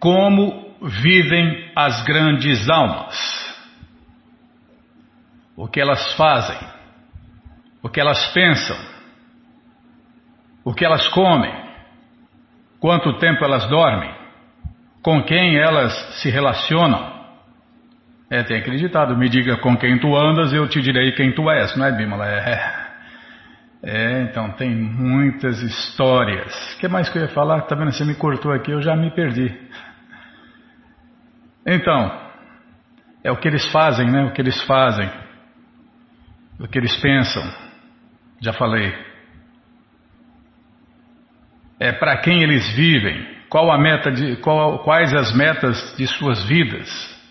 Como vivem as grandes almas? O que elas fazem? O que elas pensam? O que elas comem? Quanto tempo elas dormem? Com quem elas se relacionam? Tem aquele ditado, me diga com quem tu andas, eu te direi quem tu és, não é, Bimala? Então tem muitas histórias. O que mais que eu ia falar? Tá vendo, você me cortou aqui, eu já me perdi. Então, é o que eles fazem, né? O que eles fazem, o que eles pensam, já falei. É para quem eles vivem, quais as metas de suas vidas.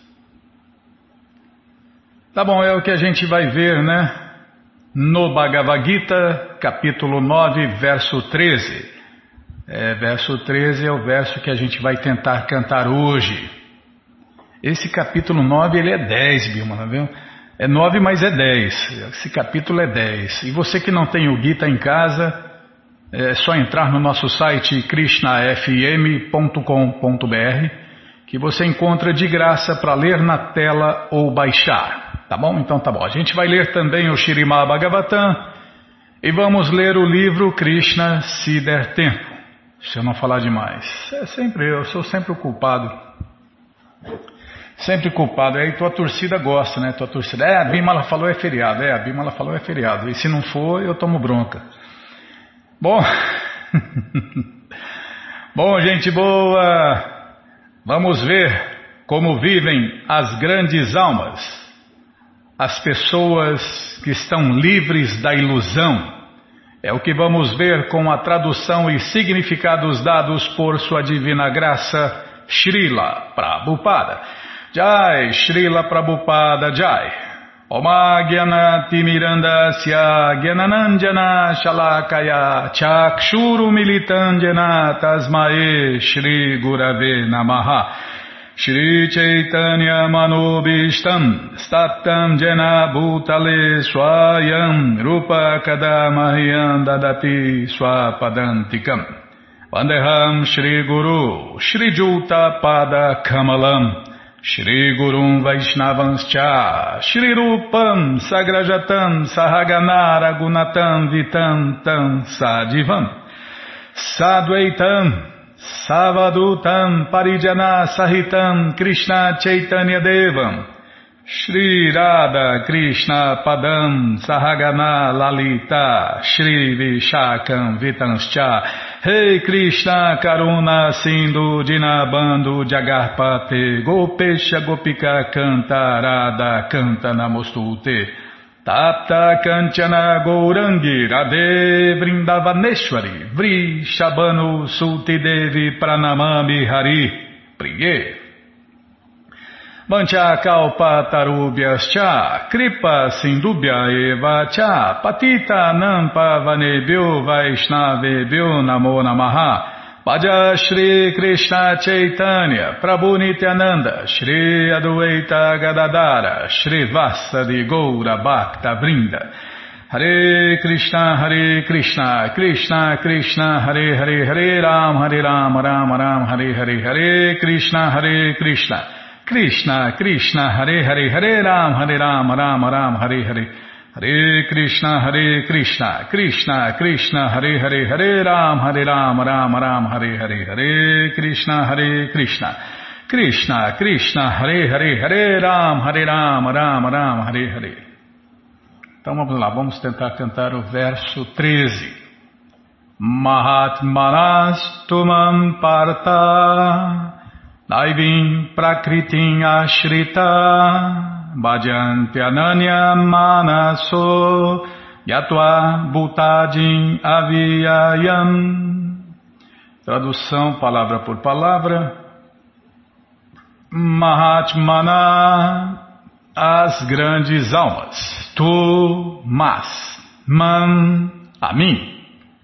Tá bom, é o que a gente vai ver, né? No Bhagavad Gita, capítulo 9, verso 13. Verso 13 é o verso que a gente vai tentar cantar hoje. Esse capítulo 9, ele é 10, Bimala, viu? É 9, mas é 10. Esse capítulo é 10. E você que não tem o Gita em casa, é só entrar no nosso site krishnafm.com.br que você encontra de graça para ler na tela ou baixar. Tá bom? Então tá bom. A gente vai ler também o Śrīmad Bhagavatam e vamos ler o livro Krishna se der tempo. Se eu não falar demais. Eu sou sempre o culpado. Sempre culpado. Aí tua torcida gosta, né? Tua torcida. A Bimala falou é feriado. A Bimala falou é feriado. E se não for, eu tomo bronca. Bom. Bom, gente boa. Vamos ver como vivem as grandes almas. As pessoas que estão livres da ilusão. É o que vamos ver com a tradução e significados dados por sua divina graça, Srila Prabhupada. Jai, Srila Prabhupada Jai. Oma Gyanati Mirandasya Gyananandjana Shalakaya Chakshuru Militandjana Tasmae Shri Gurave Namaha. Shri Chaitanya Manobishtam Statam Jena Bhutale Swayam Rupa Kadamahyam Dadati Swapadantikam Vandeham Shri Guru Shri Juta Pada Kamalam Shri Gurum Vaishnavanscha Shri Rupam Sagrajatam Sahagana Ragunatam Vitam Tam Sadivam Sadvaitam Savadutam Parijana Sahitam Krishna Chaitanya Devam Shri Radha Krishna Padam Sahagana Lalita Shri Vishakam Vitanscha Rei Krishna Karuna Sindhu Dinabando Jagarpate Gopesha Gopika Canta Radha Canta Namostute Tapta Kanchana Gourangi Radhe Vrindavaneshwari Vri Shabanu Sulti Devi Pranamami Hari Priye Mancha Kalpa Tarubhyascha Kripa Sindubhya Eva Cha Patita Nampa Vanebhyo Vaishnavebhyo Namo Namaha Bhaja Shri Krishna Chaitanya Prabhu Nityananda Shri Adwaita Gadadara Shri Vasadi Goura Bhakta Vrinda Hare Krishna Krishna Krishna Hare Hare Hare Ram Ram Ram Hare Hare Hare Krishna Krishna Krishna Hare Hare Hare Ram Ram Hare Hare Hare Krishna Krishna Krishna Hare Hare Hare Ram Ram Hare Hare Hare Krishna Krishna Krishna Hare Hare Hare Ram Ram Hare Hare. Então vamos lá, vamos tentar cantar o verso 13. Mahatmanas tumam parta Daivim prakritim ashrita Bhajanti ananya manaso Yatva bhutadim avyayam. Tradução palavra por palavra. Mahatmana, as grandes almas. Tu, mas. Man, a mim.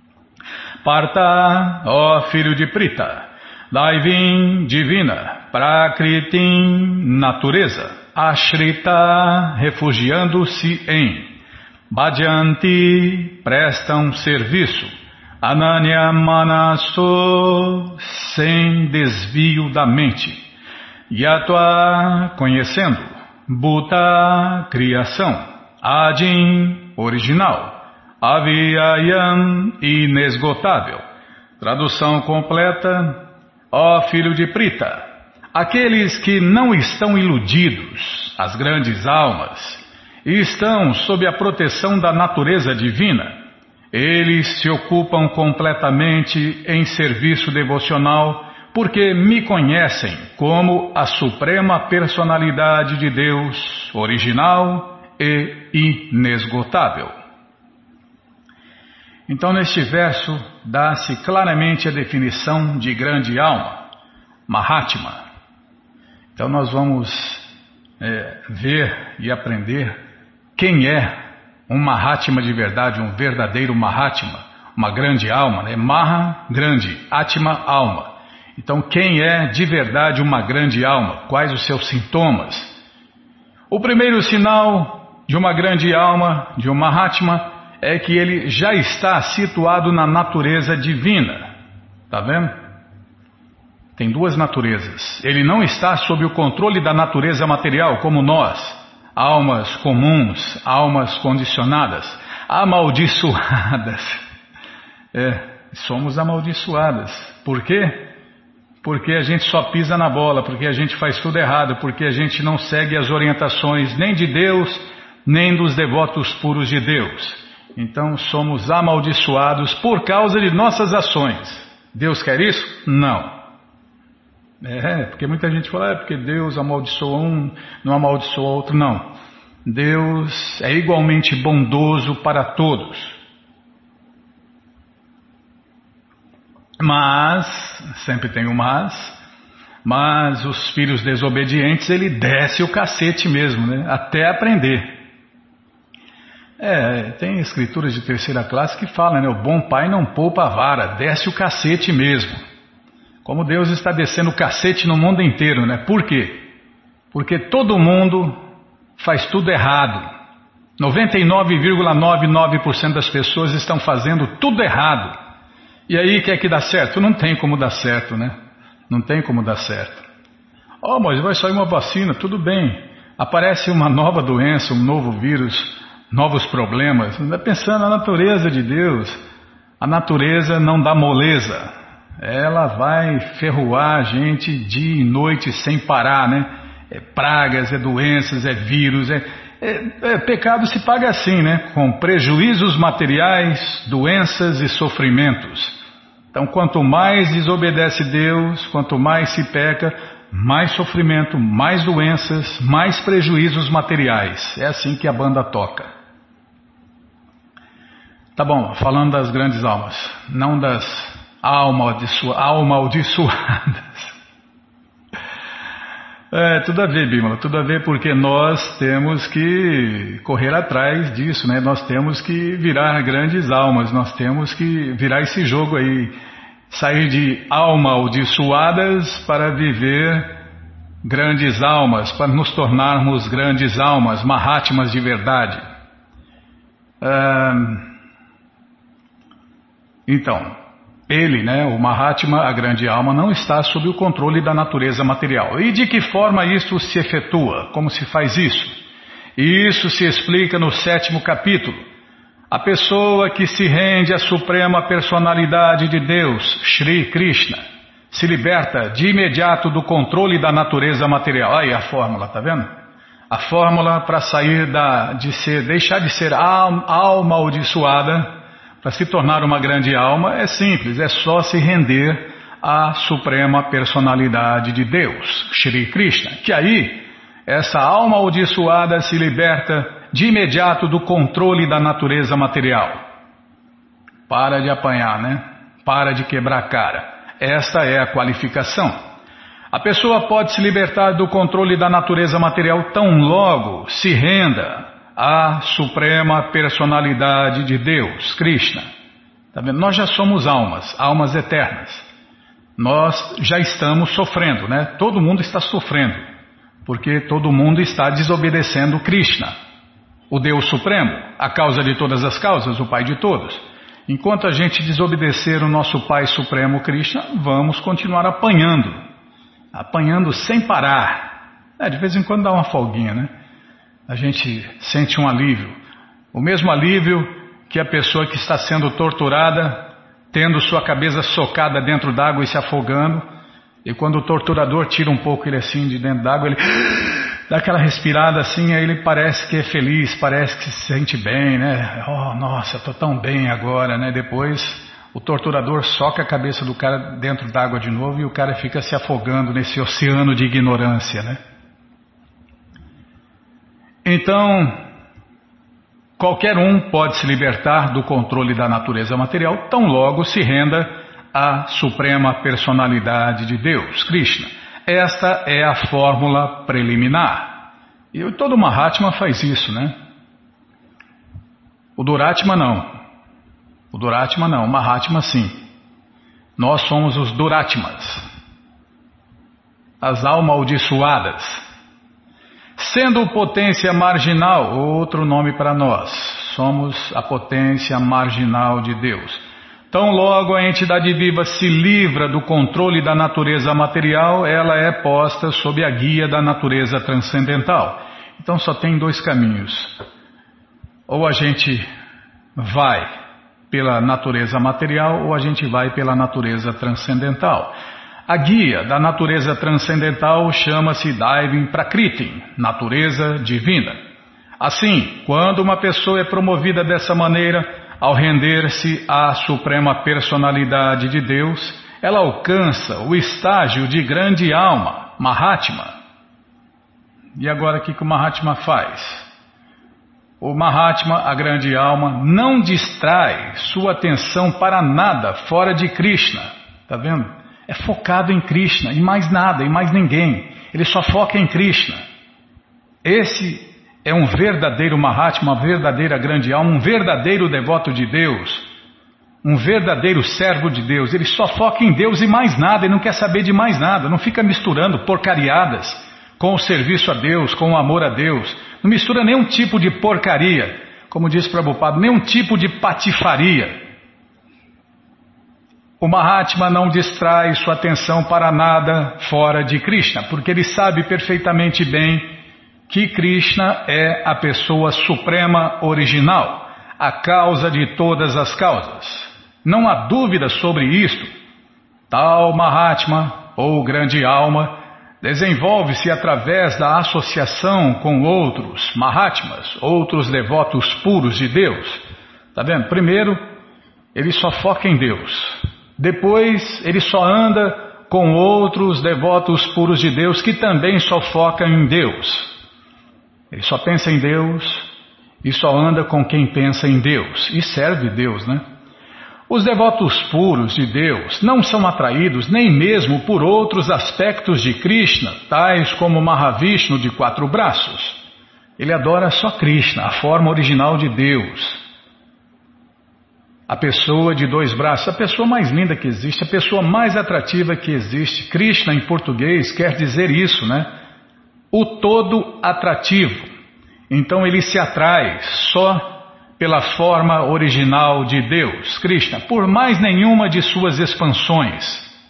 Parta, ó filho de Prita. Daivim, divina. Prakritim, natureza. Ashrita, refugiando-se em. Bhajanti, prestam serviço. Ananya Manaso, sem desvio da mente. Yatva, conhecendo. Bhuta, criação. Adim, original. Avyayam, inesgotável. Tradução completa. Ó filho de Prita, aqueles que não estão iludidos, as grandes almas, estão sob a proteção da natureza divina. Eles se ocupam completamente em serviço devocional porque me conhecem como a Suprema Personalidade de Deus, original e inesgotável. Então, neste verso, dá-se claramente a definição de grande alma, Mahatma. Então, nós vamos ver e aprender quem é um Mahatma de verdade, um verdadeiro Mahatma, uma grande alma, né? Maha, grande, Atma, alma. Então, quem é de verdade uma grande alma? Quais os seus sintomas? O primeiro sinal de uma grande alma, de um Mahatma, é que ele já está situado na natureza divina. Está vendo? Tem duas naturezas. Ele não está sob o controle da natureza material, como nós, almas comuns, almas condicionadas, amaldiçoadas. Somos amaldiçoadas. Por quê? Porque a gente só pisa na bola, porque a gente faz tudo errado, porque a gente não segue as orientações nem de Deus, nem dos devotos puros de Deus. Então somos amaldiçoados por causa de nossas ações. Deus quer isso? Não. Porque muita gente fala, porque Deus amaldiçoa um, não amaldiçoa outro. Não. Deus é igualmente bondoso para todos. Mas, sempre tem um mas os filhos desobedientes, ele desce o cacete mesmo, né? Até aprender. Tem escrituras de terceira classe que falam, né? O bom pai não poupa a vara, desce o cacete mesmo. Como Deus está descendo o cacete no mundo inteiro, né? Por quê? Porque todo mundo faz tudo errado. 99,99% das pessoas estão fazendo tudo errado. E aí quer que dá certo? Não tem como dar certo, né? Não tem como dar certo. Mas vai sair uma vacina, tudo bem. Aparece uma nova doença, um novo vírus, novos problemas. Não está pensando na natureza de Deus. A natureza não dá moleza. Ela vai ferroar a gente dia e noite sem parar, né? Pragas, doenças, vírus, pecado se paga assim, né? Com prejuízos materiais, doenças e sofrimentos. Então, quanto mais desobedece Deus, quanto mais se peca, mais sofrimento, mais doenças, mais prejuízos materiais. É assim que a banda toca. Tá bom, falando das grandes almas, não das amaldiçoadas. Tudo a ver, Bímola, tudo a ver, porque nós temos que correr atrás disso, né? Nós temos que virar grandes almas, nós temos que virar esse jogo aí, sair de amaldiçoadas para viver grandes almas, para nos tornarmos grandes almas, Mahatmas de verdade. Então, ele, né, o Mahatma, a grande alma, não está sob o controle da natureza material. E de que forma isso se efetua? Como se faz isso? Isso se explica no 7º capítulo. A pessoa que se rende à suprema personalidade de Deus, Shri Krishna, se liberta de imediato do controle da natureza material. Aí a fórmula, tá vendo? A fórmula para sair deixar de ser alma amaldiçoada, para se tornar uma grande alma, é simples, é só se render à suprema personalidade de Deus, Shri Krishna, que aí essa alma amaldiçoada se liberta de imediato do controle da natureza material. Para de apanhar, né? Para de quebrar a cara. Esta é a qualificação. A pessoa pode se libertar do controle da natureza material tão logo se renda à suprema personalidade de Deus, Krishna. Tá vendo? Nós já somos almas eternas. Nós já estamos sofrendo, né? Todo mundo está sofrendo, porque todo mundo está desobedecendo Krishna, o Deus Supremo, a causa de todas as causas, o Pai de todos. Enquanto a gente desobedecer o nosso Pai Supremo Krishna, vamos continuar apanhando. Apanhando sem parar. De vez em quando dá uma folguinha, né? A gente sente um alívio. O mesmo alívio que a pessoa que está sendo torturada, tendo sua cabeça socada dentro d'água e se afogando, e quando o torturador tira um pouco ele assim de dentro d'água, ele dá aquela respirada assim, aí ele parece que é feliz, parece que se sente bem, né? Oh, nossa, estou tão bem agora, né? Depois o torturador soca a cabeça do cara dentro d'água de novo e o cara fica se afogando nesse oceano de ignorância, né? Então, qualquer um pode se libertar do controle da natureza material, tão logo se renda à Suprema Personalidade de Deus, Krishna. Esta é a fórmula preliminar. E todo Mahatma faz isso, né? O Duratma não. O Mahatma sim. Nós somos os Duratmas, as amaldiçoadas. Sendo potência marginal, outro nome para nós, somos a potência marginal de Deus. Tão logo a entidade viva se livra do controle da natureza material, ela é posta sob a guia da natureza transcendental. Então só tem dois caminhos. Ou a gente vai pela natureza material, ou a gente vai pela natureza transcendental. A guia da natureza transcendental chama-se Daivim Prakritim, natureza divina. Assim, quando uma pessoa é promovida dessa maneira, ao render-se à Suprema Personalidade de Deus, ela alcança o estágio de grande alma, Mahatma. E agora o que o Mahatma faz? O Mahatma, a grande alma, não distrai sua atenção para nada fora de Krishna. Está vendo? É focado em Krishna, e mais nada, e mais ninguém. Ele só foca em Krishna. Esse é um verdadeiro Mahatma, uma verdadeira grande alma, um verdadeiro devoto de Deus, um verdadeiro servo de Deus. Ele só foca em Deus e mais nada, ele não quer saber de mais nada, não fica misturando porcariadas com o serviço a Deus, com o amor a Deus. Não mistura nenhum tipo de porcaria, como diz Prabhupada, nenhum tipo de patifaria. O Mahatma não distrai sua atenção para nada fora de Krishna, porque ele sabe perfeitamente bem que Krishna é a pessoa suprema original, a causa de todas as causas. Não há dúvida sobre isto. Tal Mahatma, ou grande alma, desenvolve-se através da associação com outros Mahatmas, outros devotos puros de Deus. Está vendo? Primeiro, ele só foca em Deus. Depois, ele só anda com outros devotos puros de Deus que também só focam em Deus. Ele só pensa em Deus e só anda com quem pensa em Deus e serve Deus, né? Os devotos puros de Deus não são atraídos nem mesmo por outros aspectos de Krishna, tais como Mahavishnu de 4 braços. Ele adora só Krishna, a forma original de Deus. A pessoa de 2 braços, a pessoa mais linda que existe, a pessoa mais atrativa que existe. Krishna em português quer dizer isso, né? O todo atrativo. Então ele se atrai só pela forma original de Deus, Krishna, por mais nenhuma de suas expansões.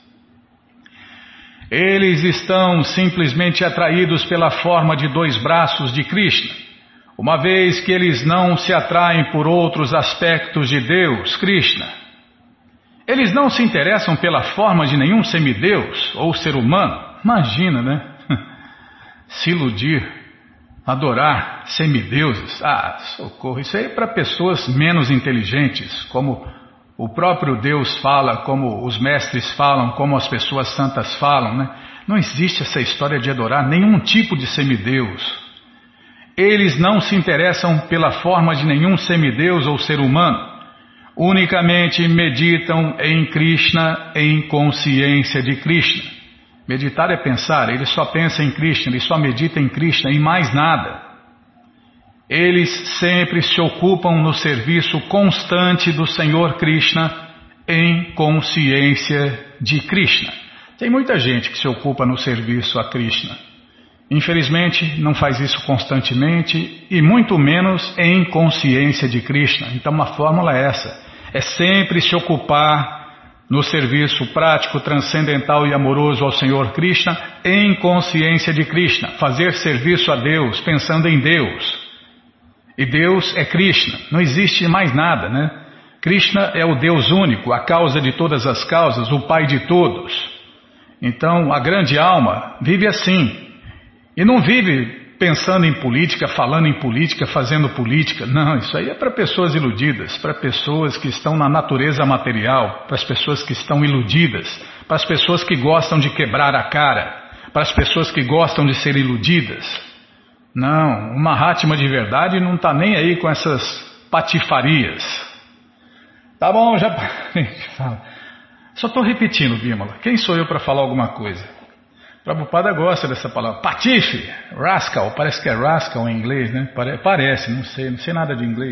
Eles estão simplesmente atraídos pela forma de 2 braços de Krishna. Uma vez que eles não se atraem por outros aspectos de Deus, Krishna. Eles não se interessam pela forma de nenhum semideus ou ser humano. Imagina, né? Se iludir, adorar semideuses. Ah, socorro, isso aí é para pessoas menos inteligentes, como o próprio Deus fala, como os mestres falam, como as pessoas santas falam, né? Não existe essa história de adorar nenhum tipo de semideus. Eles não se interessam pela forma de nenhum semideus ou ser humano. Unicamente meditam em Krishna, em consciência de Krishna. Meditar é pensar, ele só pensa em Krishna, ele só medita em Krishna e mais nada. Eles sempre se ocupam no serviço constante do Senhor Krishna em consciência de Krishna. Tem muita gente que se ocupa no serviço a Krishna. Infelizmente, não faz isso constantemente e muito menos em consciência de Krishna. Então, a fórmula é essa. é sempre se ocupar no serviço prático, transcendental e amoroso ao Senhor Krishna, em consciência de Krishna, fazer serviço a Deus, pensando em Deus. E Deus é Krishna, não existe mais nada, né? Krishna é o Deus único, a causa de todas as causas, o Pai de todos. Então, a grande alma vive assim, e não vive pensando em política, falando em política, fazendo política. Não, isso aí é para pessoas iludidas, para pessoas que estão na natureza material, para as pessoas que estão iludidas, para as pessoas que gostam de quebrar a cara, para as pessoas que gostam de ser iludidas. Não, uma Mahatma de verdade não está nem aí com essas patifarias. Tá bom, já... Só estou repetindo, Bímola. Quem sou eu para falar alguma coisa? Prabhupada gosta dessa palavra. Patife, rascal, parece que é rascal em inglês, né? Parece, não sei nada de inglês.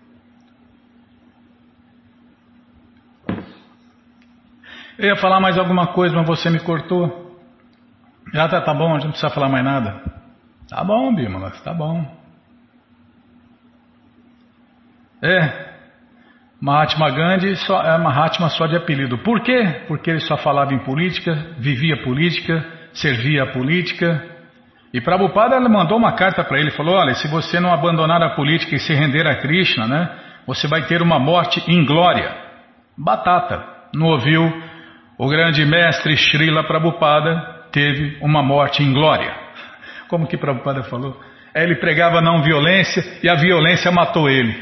Eu ia falar mais alguma coisa, mas você me cortou. Já tá bom, a gente não precisa falar mais nada. Tá bom, Bímola, tá bom. Mahatma Gandhi é Mahatma só de apelido. Por quê? Porque ele só falava em política, vivia política, servia a política. E Prabhupada mandou uma carta para ele, falou: olha, se você não abandonar a política e se render a Krishna, né, você vai ter uma morte inglória. Batata. Não ouviu? O grande mestre Srila Prabhupada teve uma morte inglória. Como que Prabhupada falou? Ele pregava não violência e a violência matou ele.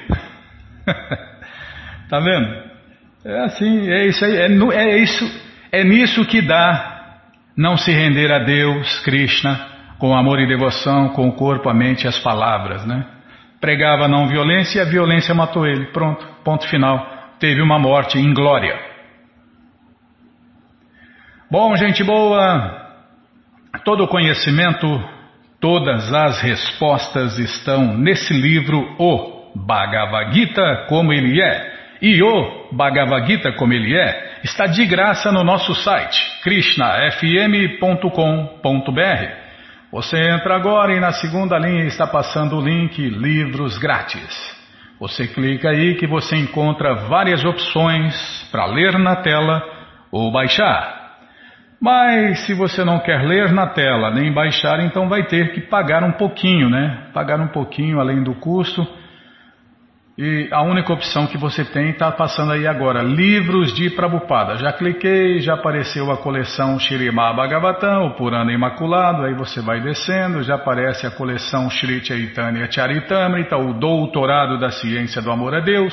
Tá vendo? É assim, é isso aí, é nisso que dá não se render a Deus, Krishna, com amor e devoção, com o corpo, a mente e as palavras, né? Pregava não violência e a violência matou ele. Pronto, ponto final. Teve uma morte inglória. Bom, gente boa, todo o conhecimento, todas as respostas estão nesse livro, o Bhagavad Gita, como ele é. E o Bhagavad Gita, como ele é, está de graça no nosso site, krishnafm.com.br. Você entra agora e na segunda linha está passando o link Livros Grátis. Você clica aí que você encontra várias opções para ler na tela ou baixar. Mas se você não quer ler na tela nem baixar, então vai ter que pagar um pouquinho, né? Pagar um pouquinho além do custo. E a única opção que você tem está passando aí agora, Livros de Prabhupada. Já cliquei, já apareceu a coleção Śrīmad Bhagavatam, o Purana Imaculado, aí você vai descendo, já aparece a coleção Shri Chaitanya Charitamrita, o Doutorado da Ciência do Amor a Deus.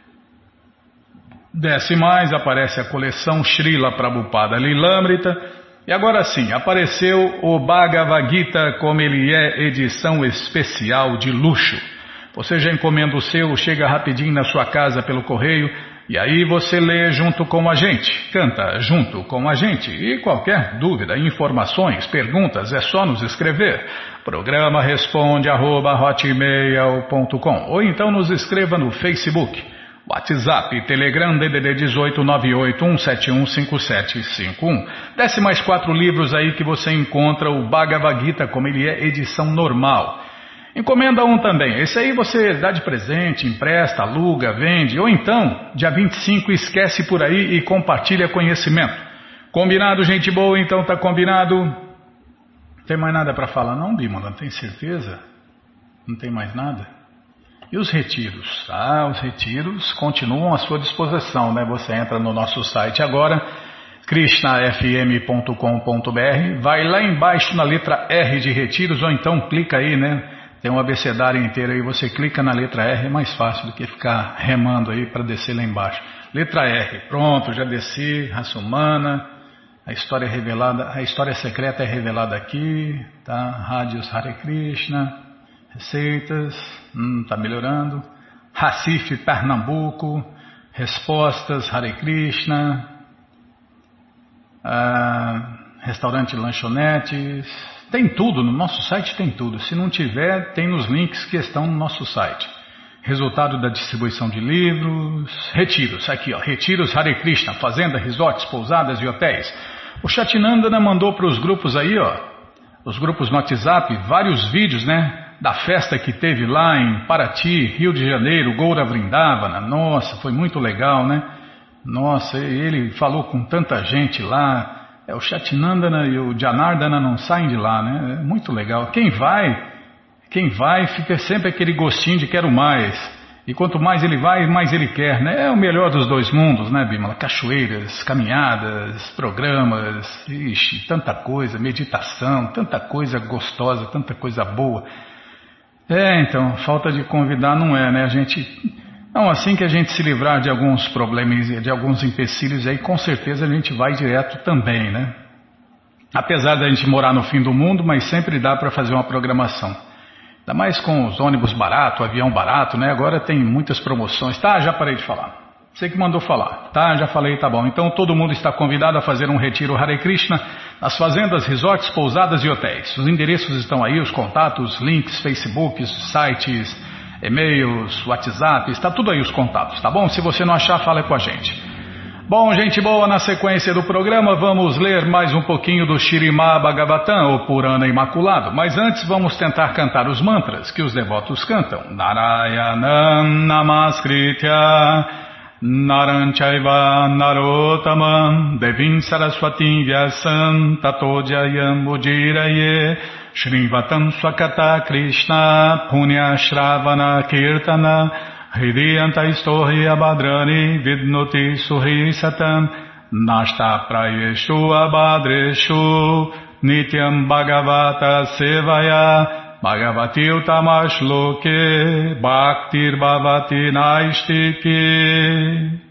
Desce mais, aparece a coleção Srila Prabhupada Lilamrita. E agora sim, apareceu o Bhagavad Gita como ele é, edição especial de luxo. Você já encomenda o seu, chega rapidinho na sua casa pelo correio, e aí você lê junto com a gente, canta junto com a gente. E qualquer dúvida, informações, perguntas, é só nos escrever. Programa responde@hotmail.com ou então nos escreva no Facebook, WhatsApp, Telegram, DDD 18 981715751. Desce mais 4 livros aí que você encontra o Bhagavad Gita como ele é, edição normal. Encomenda um também, esse aí você dá de presente, empresta, aluga, vende, ou então, dia 25, esquece por aí e compartilha conhecimento. Combinado, gente boa? Então tá combinado. Não tem mais nada para falar não, Bímola? Tem certeza? Não tem mais nada? E os retiros? Os retiros continuam à sua disposição, né? Você entra no nosso site agora, krishnafm.com.br, vai lá embaixo na letra R de retiros, ou então clica aí, né? Tem um abecedário inteiro aí, você clica na letra R, é mais fácil do que ficar remando aí para descer lá embaixo. Letra R, pronto, já desci, raça humana, a história é revelada, a história secreta é revelada aqui, tá? Rádios Hare Krishna, receitas, tá melhorando. Recife, Pernambuco, respostas Hare Krishna, restaurante lanchonetes. Tem tudo, no nosso site tem tudo. Se não tiver, tem nos links que estão no nosso site. Resultado da distribuição de livros, retiros, aqui ó, retiros Hare Krishna, fazenda, resorts, pousadas e hotéis. O Chatinandana mandou para os grupos aí, ó, os grupos no WhatsApp, vários vídeos, né, Da festa que teve lá em Paraty, Rio de Janeiro, Goura Vrindavana. Nossa, foi muito legal, né? Nossa, ele falou com tanta gente lá. O Chatinandana e o Janardana não saem de lá, né? É muito legal. Quem vai, fica sempre aquele gostinho de quero mais. E quanto mais ele vai, mais ele quer, né? É o melhor dos dois mundos, né, Bimala? Cachoeiras, caminhadas, programas, ixi, tanta coisa, meditação, tanta coisa gostosa, tanta coisa boa. Então, falta de convidar não é, né? Não, assim que a gente se livrar de alguns problemas, de alguns empecilhos aí, com certeza a gente vai direto também, né? Apesar da gente morar no fim do mundo, mas sempre dá para fazer uma programação. Ainda mais com os ônibus barato, avião barato, né? Agora tem muitas promoções. Tá, já parei de falar. Você que mandou falar. Tá, já falei, tá bom. Então todo mundo está convidado a fazer um retiro Hare Krishna nas fazendas, resorts, pousadas e hotéis. Os endereços estão aí, os contatos, links, Facebooks, sites, e-mails, WhatsApp, está tudo aí os contatos, tá bom? Se você não achar, fala com a gente. Bom, gente boa, na sequência do programa vamos ler mais um pouquinho do Śrīmad Bhagavatam, o Purana Imaculado. Mas antes vamos tentar cantar os mantras que os devotos cantam. Narayanam Namaskritya Naram Chaiva Narottamam Devim Saraswatim Vyasam Tato Jayam Ujiraye Shrivatam Swakata Krishna Punya Shravana Kirtana Hridiyanta Istohi Abhadrani Vidnoti Suhi Satam Nashta Prayeshu Abhadreshu Nityam Bhagavata Sevaya Bhagavati Utamash Loke Bhaktir Bhavati Naistiki.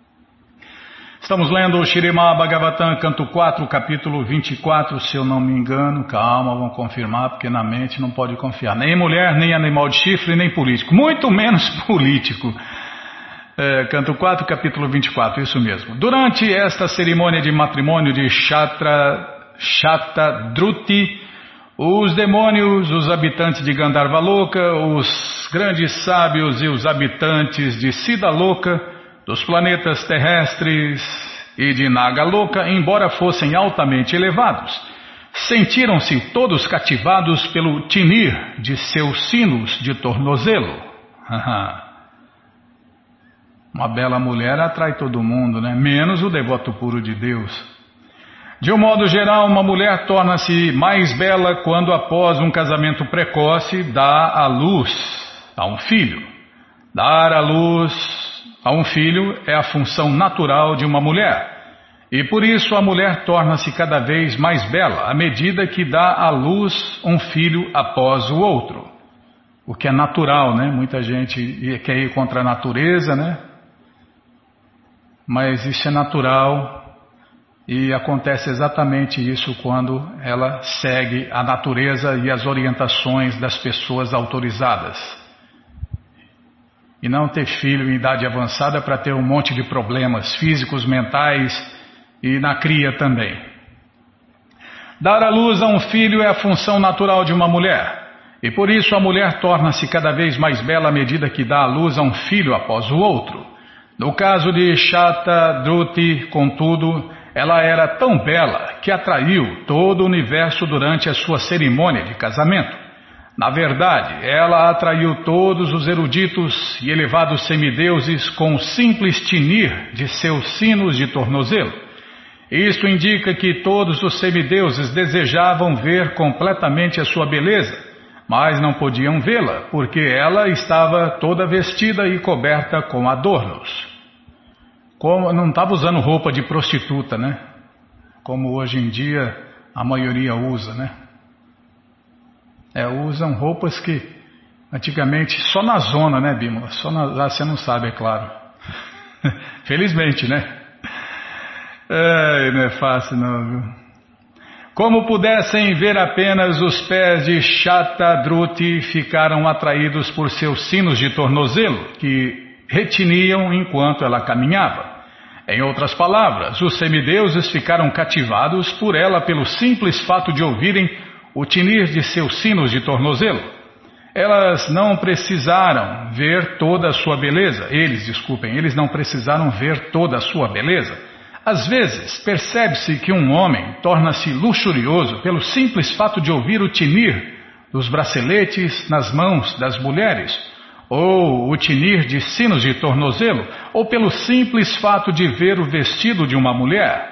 Estamos lendo o Śrīmad Bhagavatam, canto 4, capítulo 24, se eu não me engano. Calma, vamos confirmar, porque na mente não pode confiar. Nem mulher, nem animal de chifre, nem político. Muito menos político. Canto 4, capítulo 24, isso mesmo. Durante esta cerimônia de matrimônio de Shatadruti, os demônios, os habitantes de Gandharvaloka, os grandes sábios e os habitantes de Siddhaloka, dos planetas terrestres e de Nagaloka, embora fossem altamente elevados, sentiram-se todos cativados pelo tinir de seus sinos de tornozelo. Uma bela mulher atrai todo mundo, né? Menos o devoto puro de Deus. De um modo geral, uma mulher torna-se mais bela quando, após um casamento precoce, dá à luz a um filho. Dar à luz a um filho é a função natural de uma mulher. E por isso a mulher torna-se cada vez mais bela à medida que dá à luz um filho após o outro. O que é natural, né? Muita gente quer ir contra a natureza, né? Mas isso é natural. E acontece exatamente isso quando ela segue a natureza e as orientações das pessoas autorizadas. E não ter filho em idade avançada para ter um monte de problemas físicos, mentais e na cria também. Dar à luz a um filho é a função natural de uma mulher. E por isso a mulher torna-se cada vez mais bela à medida que dá à luz a um filho após o outro. No caso de Shatadruti, contudo, ela era tão bela que atraiu todo o universo durante a sua cerimônia de casamento. Na verdade, ela atraiu todos os eruditos e elevados semideuses com o simples tinir de seus sinos de tornozelo. Isto indica que todos os semideuses desejavam ver completamente a sua beleza, mas não podiam vê-la, porque ela estava toda vestida e coberta com adornos. Como não estava usando roupa de prostituta, né? Como hoje em dia a maioria usa, né? Usam roupas que antigamente só na zona, né, Bímola? Lá você não sabe, é claro. Felizmente, né? Não é fácil não, viu? Como pudessem ver apenas os pés de Shatadruti, ficaram atraídos por seus sinos de tornozelo, que retiniam enquanto ela caminhava. Em outras palavras, os semideuses ficaram cativados por ela pelo simples fato de ouvirem o tinir de seus sinos de tornozelo. Eles não precisaram ver toda a sua beleza. Eles não precisaram ver toda a sua beleza. Às vezes, percebe-se que um homem torna-se luxurioso pelo simples fato de ouvir o tinir dos braceletes nas mãos das mulheres, ou o tinir de sinos de tornozelo, ou pelo simples fato de ver o vestido de uma mulher.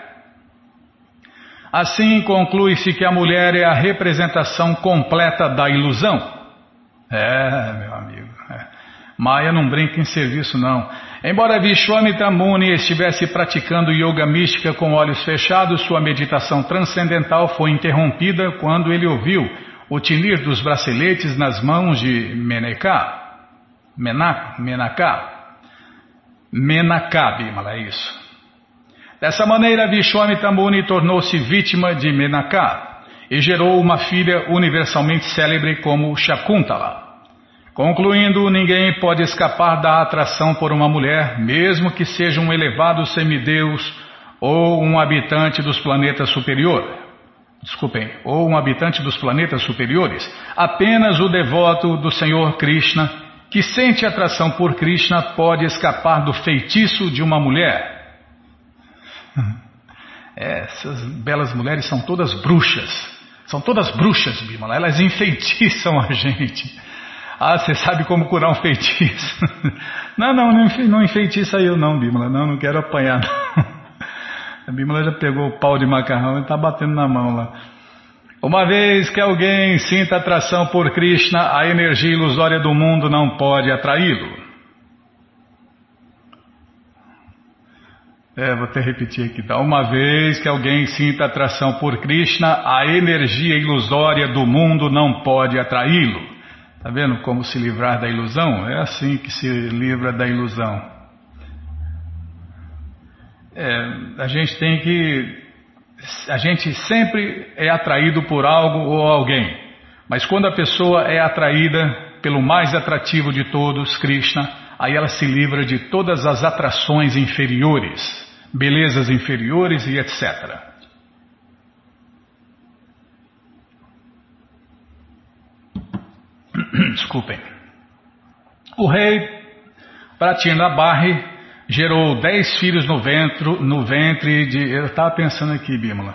Assim conclui-se que a mulher é a representação completa da ilusão. Meu amigo, Maya não brinca em serviço não. Embora Vishwamitra Muni estivesse praticando yoga mística com olhos fechados, sua meditação transcendental foi interrompida quando ele ouviu o tinir dos braceletes nas mãos de Menaka, Bimala, é isso. Dessa maneira, Vishwamitra Muni tornou-se vítima de Menaka e gerou uma filha universalmente célebre como Shakuntala. Concluindo, ninguém pode escapar da atração por uma mulher, mesmo que seja um elevado semideus ou um habitante dos planetas superiores. Apenas o devoto do Senhor Krishna, que sente atração por Krishna, pode escapar do feitiço de uma mulher. Essas belas mulheres são todas bruxas. São todas bruxas, Bimala. Elas enfeitiçam a gente. Você sabe como curar um feitiço? Não enfeitiça eu não, Bimala. Não quero apanhar. Não. A Bimala já pegou o pau de macarrão e está batendo na mão lá. Uma vez que alguém sinta atração por Krishna, a energia ilusória do mundo não pode atraí-lo. Vou até repetir aqui, tá? Uma vez que alguém sinta atração por Krishna, a energia ilusória do mundo não pode atraí-lo. Tá vendo como se livrar da ilusão? É assim que se livra da ilusão. A gente sempre é atraído por algo ou alguém, mas quando a pessoa é atraída pelo mais atrativo de todos, Krishna, aí ela se livra de todas as atrações inferiores, belezas inferiores e etc. Desculpem. O rei Pratinabarri gerou 10 filhos no ventre de... Eu estava pensando aqui, Bimala.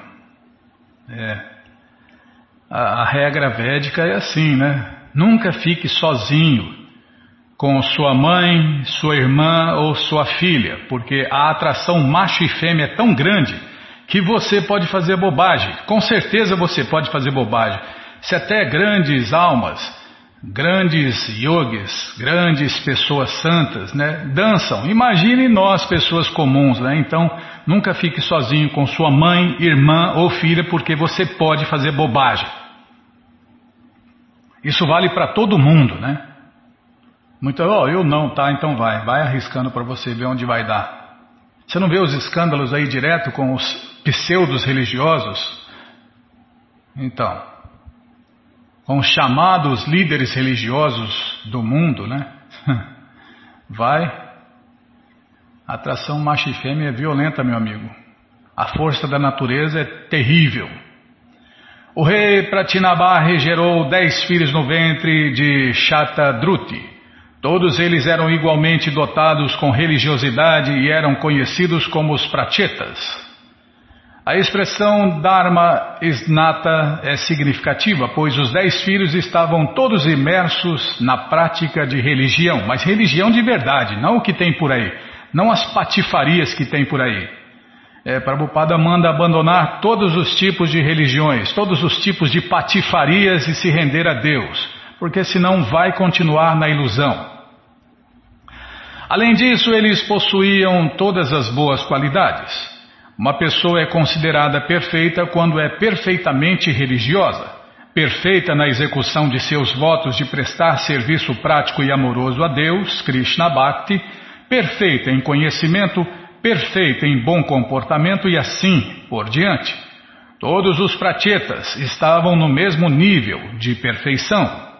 A regra védica é assim, né? Nunca fique sozinho com sua mãe, sua irmã ou sua filha, porque a atração macho e fêmea é tão grande que você pode fazer bobagem. Com certeza você pode fazer bobagem. Se até grandes almas, grandes yogis, grandes pessoas santas, né, dançam. Imagine nós, pessoas comuns, né? Então, nunca fique sozinho com sua mãe, irmã ou filha, porque você pode fazer bobagem. Isso vale para todo mundo, né? Eu não, tá? Então vai arriscando para você ver onde vai dar. Você não vê os escândalos aí direto com os pseudos religiosos? Então, com os chamados líderes religiosos do mundo, né? Vai. A atração macho e fêmea é violenta, meu amigo. A força da natureza é terrível. O rei Pratinabarri gerou 10 filhos no ventre de Shatadruti. Todos eles eram igualmente dotados com religiosidade e eram conhecidos como os Prachetas. A expressão Dharma Snata é significativa, pois os 10 filhos estavam todos imersos na prática de religião, mas religião de verdade, não o que tem por aí, não as patifarias que tem por aí. Prabhupada manda abandonar todos os tipos de religiões, todos os tipos de patifarias e se render a Deus, porque senão vai continuar na ilusão. Além disso, eles possuíam todas as boas qualidades. Uma pessoa é considerada perfeita quando é perfeitamente religiosa, perfeita na execução de seus votos de prestar serviço prático e amoroso a Deus, Krishna Bhakti, perfeita em conhecimento, perfeita em bom comportamento e assim por diante. Todos os prachetas estavam no mesmo nível de perfeição.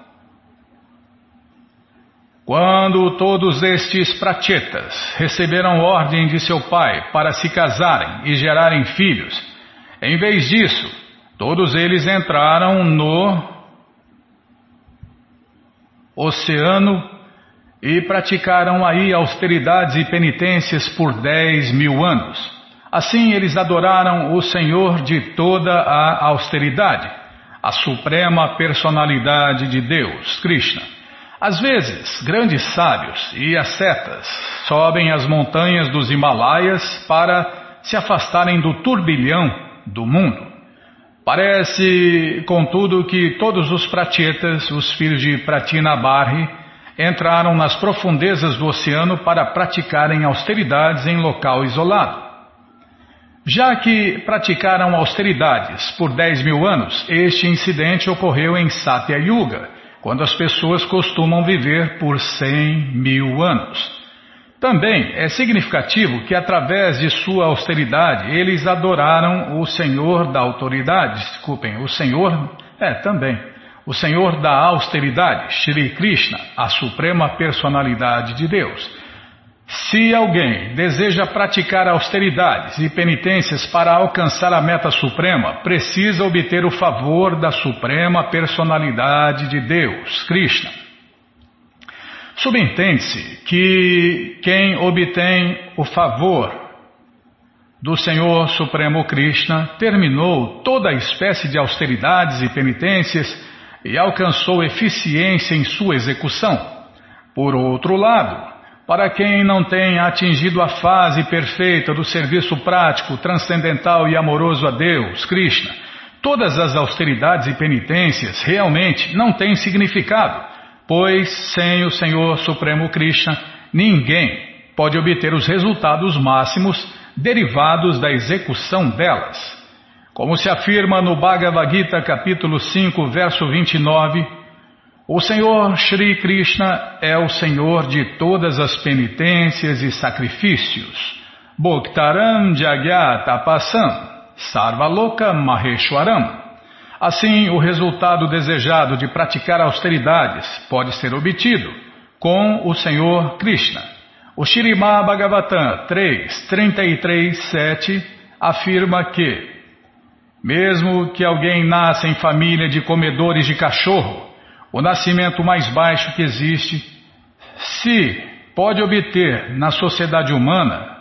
Quando todos estes prachetas receberam ordem de seu pai para se casarem e gerarem filhos, em vez disso, todos eles entraram no oceano e praticaram aí austeridades e penitências por 10.000 anos. Assim eles adoraram o Senhor de toda a austeridade. a suprema personalidade de Deus, Krishna. Às vezes, grandes sábios e ascetas sobem as montanhas dos Himalaias para se afastarem do turbilhão do mundo. Parece, contudo, que todos os pratyetas, os filhos de Pratinabarhi, entraram nas profundezas do oceano para praticarem austeridades em local isolado. Já que praticaram austeridades por 10.000 anos, este incidente ocorreu em Satya Yuga, quando as pessoas costumam viver por 100.000 anos. Também é significativo que através de sua austeridade eles adoraram o Senhor da autoridade, o Senhor da austeridade, Shri Krishna, a suprema personalidade de Deus. Se alguém deseja praticar austeridades e penitências para alcançar a meta suprema, precisa obter o favor da suprema personalidade de Deus, Krishna. Subentende-se que quem obtém o favor do Senhor Supremo Krishna terminou toda a espécie de austeridades e penitências e alcançou eficiência em sua execução. Por outro lado, para quem não tem atingido a fase perfeita do serviço prático, transcendental e amoroso a Deus, Krishna, todas as austeridades e penitências realmente não têm significado, pois sem o Senhor Supremo Krishna, ninguém pode obter os resultados máximos derivados da execução delas. Como se afirma no Bhagavad Gita, capítulo 5, verso 29, o Senhor Shri Krishna é o Senhor de todas as penitências e sacrifícios. Bhaktaram Jagyatapasam Sarvaloka Maheshwaram. Assim, o resultado desejado de praticar austeridades pode ser obtido com o Senhor Krishna. O Śrīmad Bhagavatam 3.33.7 afirma que, mesmo que alguém nasça em família de comedores de cachorro, o nascimento mais baixo que existe, se pode obter na sociedade humana.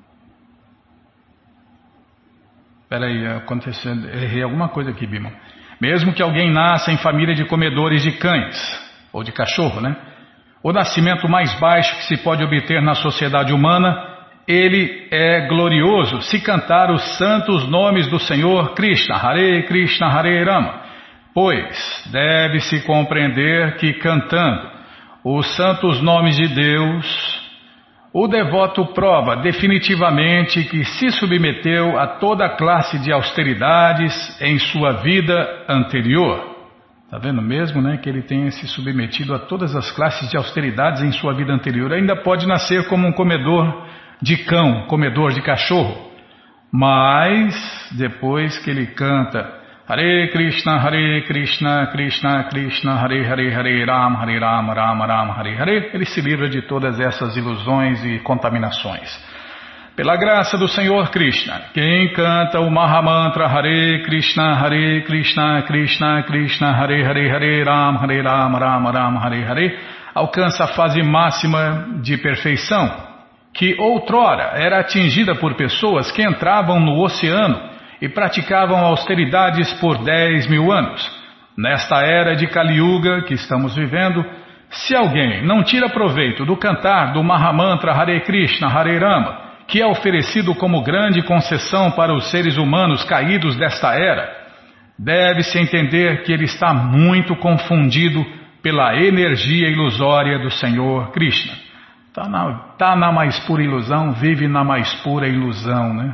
Peraí, aconteceu, errei alguma coisa aqui, Bima. Mesmo que alguém nasça em família de comedores de cães, ou de cachorro, né? O nascimento mais baixo que se pode obter na sociedade humana, ele é glorioso se cantar os santos nomes do Senhor Krishna, Hare Krishna, Hare Rama. Pois deve-se compreender que cantando os santos nomes de Deus, o devoto prova definitivamente que se submeteu a toda classe de austeridades em sua vida anterior. Está vendo mesmo, né, que ele tenha se submetido a todas as classes de austeridades em sua vida anterior. Ainda pode nascer como um comedor de cão, comedor de cachorro. Mas depois que ele canta Hare Krishna, Krishna Krishna, Hare Hare, Hare Rama, Rama Rama, Hare Hare, ele se livra de todas essas ilusões e contaminações. Pela graça do Senhor Krishna, quem canta o Mahamantra Hare Krishna, Krishna Krishna, Hare Hare, Hare Rama, Rama Rama, Hare Hare, alcança a fase máxima de perfeição, que outrora era atingida por pessoas que entravam no oceano e praticavam austeridades por 10.000 anos. Nesta era de Kali Yuga que estamos vivendo, se alguém não tira proveito do cantar do Mahamantra Hare Krishna, Hare Rama, que é oferecido como grande concessão para os seres humanos caídos desta era, deve-se entender que ele está muito confundido pela energia ilusória do Senhor Krishna. Está na mais pura ilusão, vive na mais pura ilusão, né?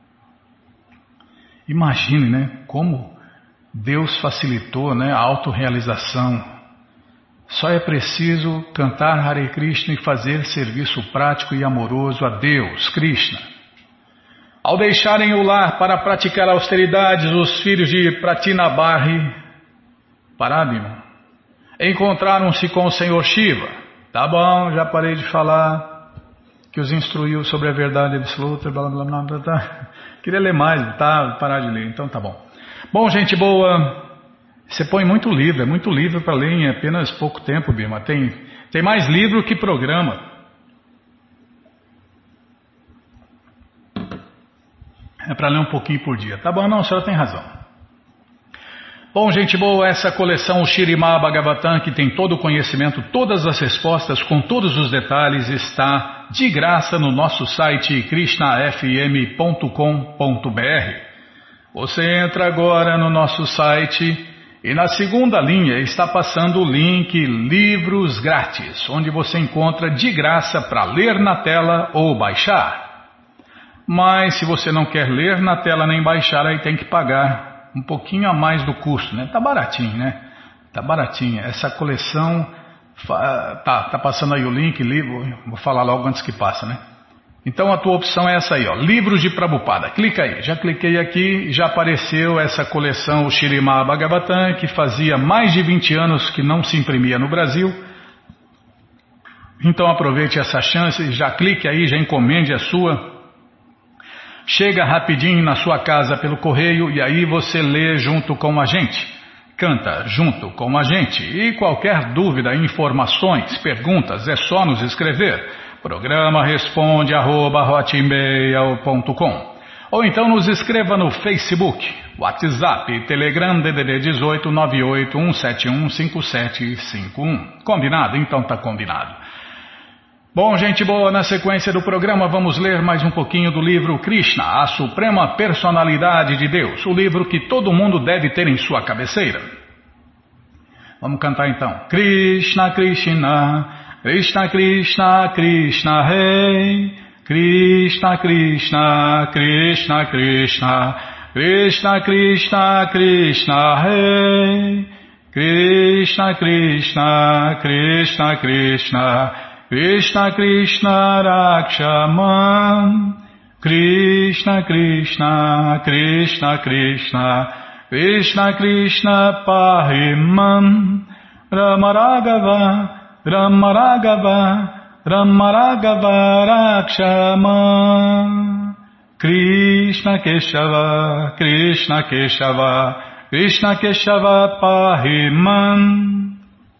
Imagine, né, como Deus facilitou, né, a autorrealização. Só é preciso cantar Hare Krishna e fazer serviço prático e amoroso a Deus, Krishna. Ao deixarem o lar para praticar austeridades, os filhos de Pratinabarhi, Paradima, encontraram-se com o Senhor Shiva. Tá bom, já parei de falar, que os instruiu sobre a verdade absoluta, blá blá blá blá blá. Queria ler mais, tá? Parar de ler, então tá bom. Bom, gente boa, você põe muito livro, é muito livro para ler em apenas pouco tempo, Birma. Tem mais livro que programa. É para ler um pouquinho por dia. Tá bom, não, a senhora tem razão. Bom, gente boa, essa coleção Śrīmad Bhagavatam, que tem todo o conhecimento, todas as respostas, com todos os detalhes, está de graça no nosso site krishnafm.com.br. Você entra agora no nosso site e na segunda linha está passando o link Livros Grátis, onde você encontra de graça para ler na tela ou baixar. Mas se você não quer ler na tela nem baixar, aí tem que pagar um pouquinho a mais do custo, né? Tá baratinho, né? Tá baratinho. Essa coleção, tá passando aí o link, livro, vou falar logo antes que passa, né? Então a tua opção é essa aí, ó, Livros de Prabhupada. Clica aí. Já cliquei aqui, já apareceu essa coleção, o Śrīmad Bhagavatam, que fazia mais de 20 anos que não se imprimia no Brasil. Então aproveite essa chance, já clique aí, já encomende a sua. Chega rapidinho na sua casa pelo correio e aí você lê junto com a gente, canta junto com a gente. E qualquer dúvida, informações, perguntas, é só nos escrever. Programa responde@hotmail.com. Ou então nos escreva no Facebook, WhatsApp, Telegram, DDD 18 981715751. Combinado? Então tá combinado. Bom, gente boa, na sequência do programa vamos ler mais um pouquinho do livro Krishna, a Suprema Personalidade de Deus, o livro que todo mundo deve ter em sua cabeceira. Vamos cantar então. Krishna, Krishna, Krishna, Krishna, Krishna, Rei. Krishna, Krishna, Krishna, Krishna, Krishna, Krishna, Krishna, Rei. Krishna, Krishna, Krishna, Krishna, Krishna Krishna Rakshamam, Krishna Krishna Krishna Krishna, Krishna Krishna Pahimam, Rama Raghava, Rama Raghava, Rama Raghava Rakshamam, Krishna Keshava, Krishna Keshava, Krishna Keshava Pahimam.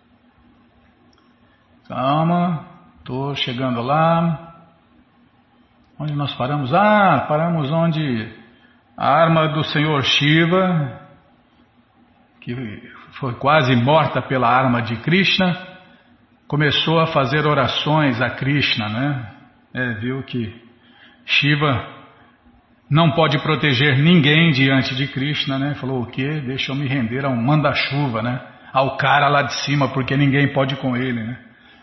Calma. Estou chegando lá. Onde nós paramos? Paramos onde a arma do Senhor Shiva, que foi quase morta pela arma de Krishna, começou a fazer orações a Krishna, né? Viu que Shiva não pode proteger ninguém diante de Krishna, né? Falou, o quê? Deixa eu me render ao manda-chuva, né? Ao cara lá de cima, porque ninguém pode com ele, né?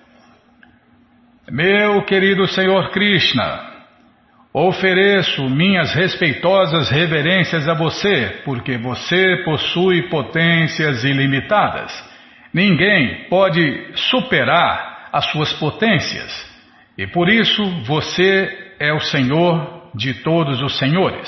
Meu querido Senhor Krishna, ofereço minhas respeitosas reverências a você, porque você possui potências ilimitadas. Ninguém pode superar as suas potências, e por isso você é o Senhor de todos os senhores.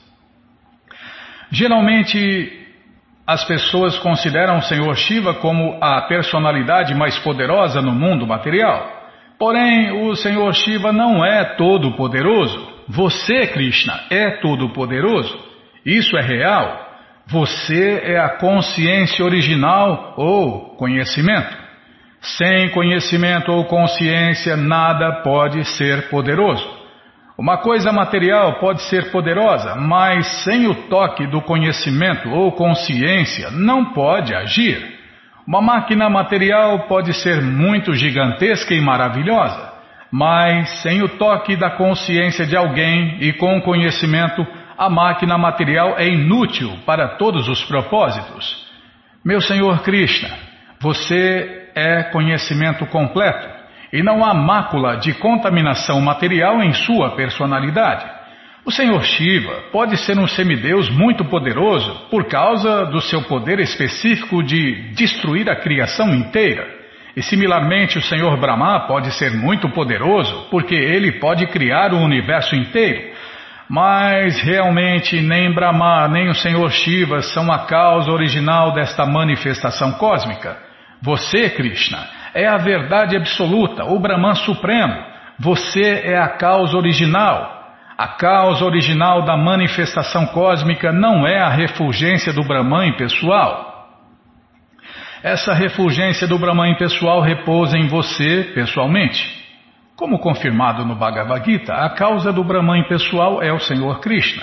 Geralmente, as pessoas consideram o Senhor Shiva como a personalidade mais poderosa no mundo material. Porém, o Senhor Shiva não é todo-poderoso. Você, Krishna, é todo-poderoso. Isso é real. Você é a consciência original ou conhecimento. Sem conhecimento ou consciência, nada pode ser poderoso. Uma coisa material pode ser poderosa, mas sem o toque do conhecimento ou consciência, não pode agir. Uma máquina material pode ser muito gigantesca e maravilhosa, mas sem o toque da consciência de alguém e com o conhecimento, a máquina material é inútil para todos os propósitos. Meu Senhor Krishna, você é conhecimento completo e não há mácula de contaminação material em sua personalidade. O Senhor Shiva pode ser um semideus muito poderoso por causa do seu poder específico de destruir a criação inteira. E similarmente o Senhor Brahma pode ser muito poderoso porque ele pode criar o universo inteiro. Mas realmente nem Brahma nem o Senhor Shiva são a causa original desta manifestação cósmica. Você, Krishna, é a verdade absoluta, o Brahman Supremo. Você é a causa original. A causa original da manifestação cósmica não é a refulgência do Brahman impessoal. Essa refulgência do Brahman impessoal repousa em você pessoalmente. Como confirmado no Bhagavad Gita, a causa do Brahman impessoal é o Senhor Krishna.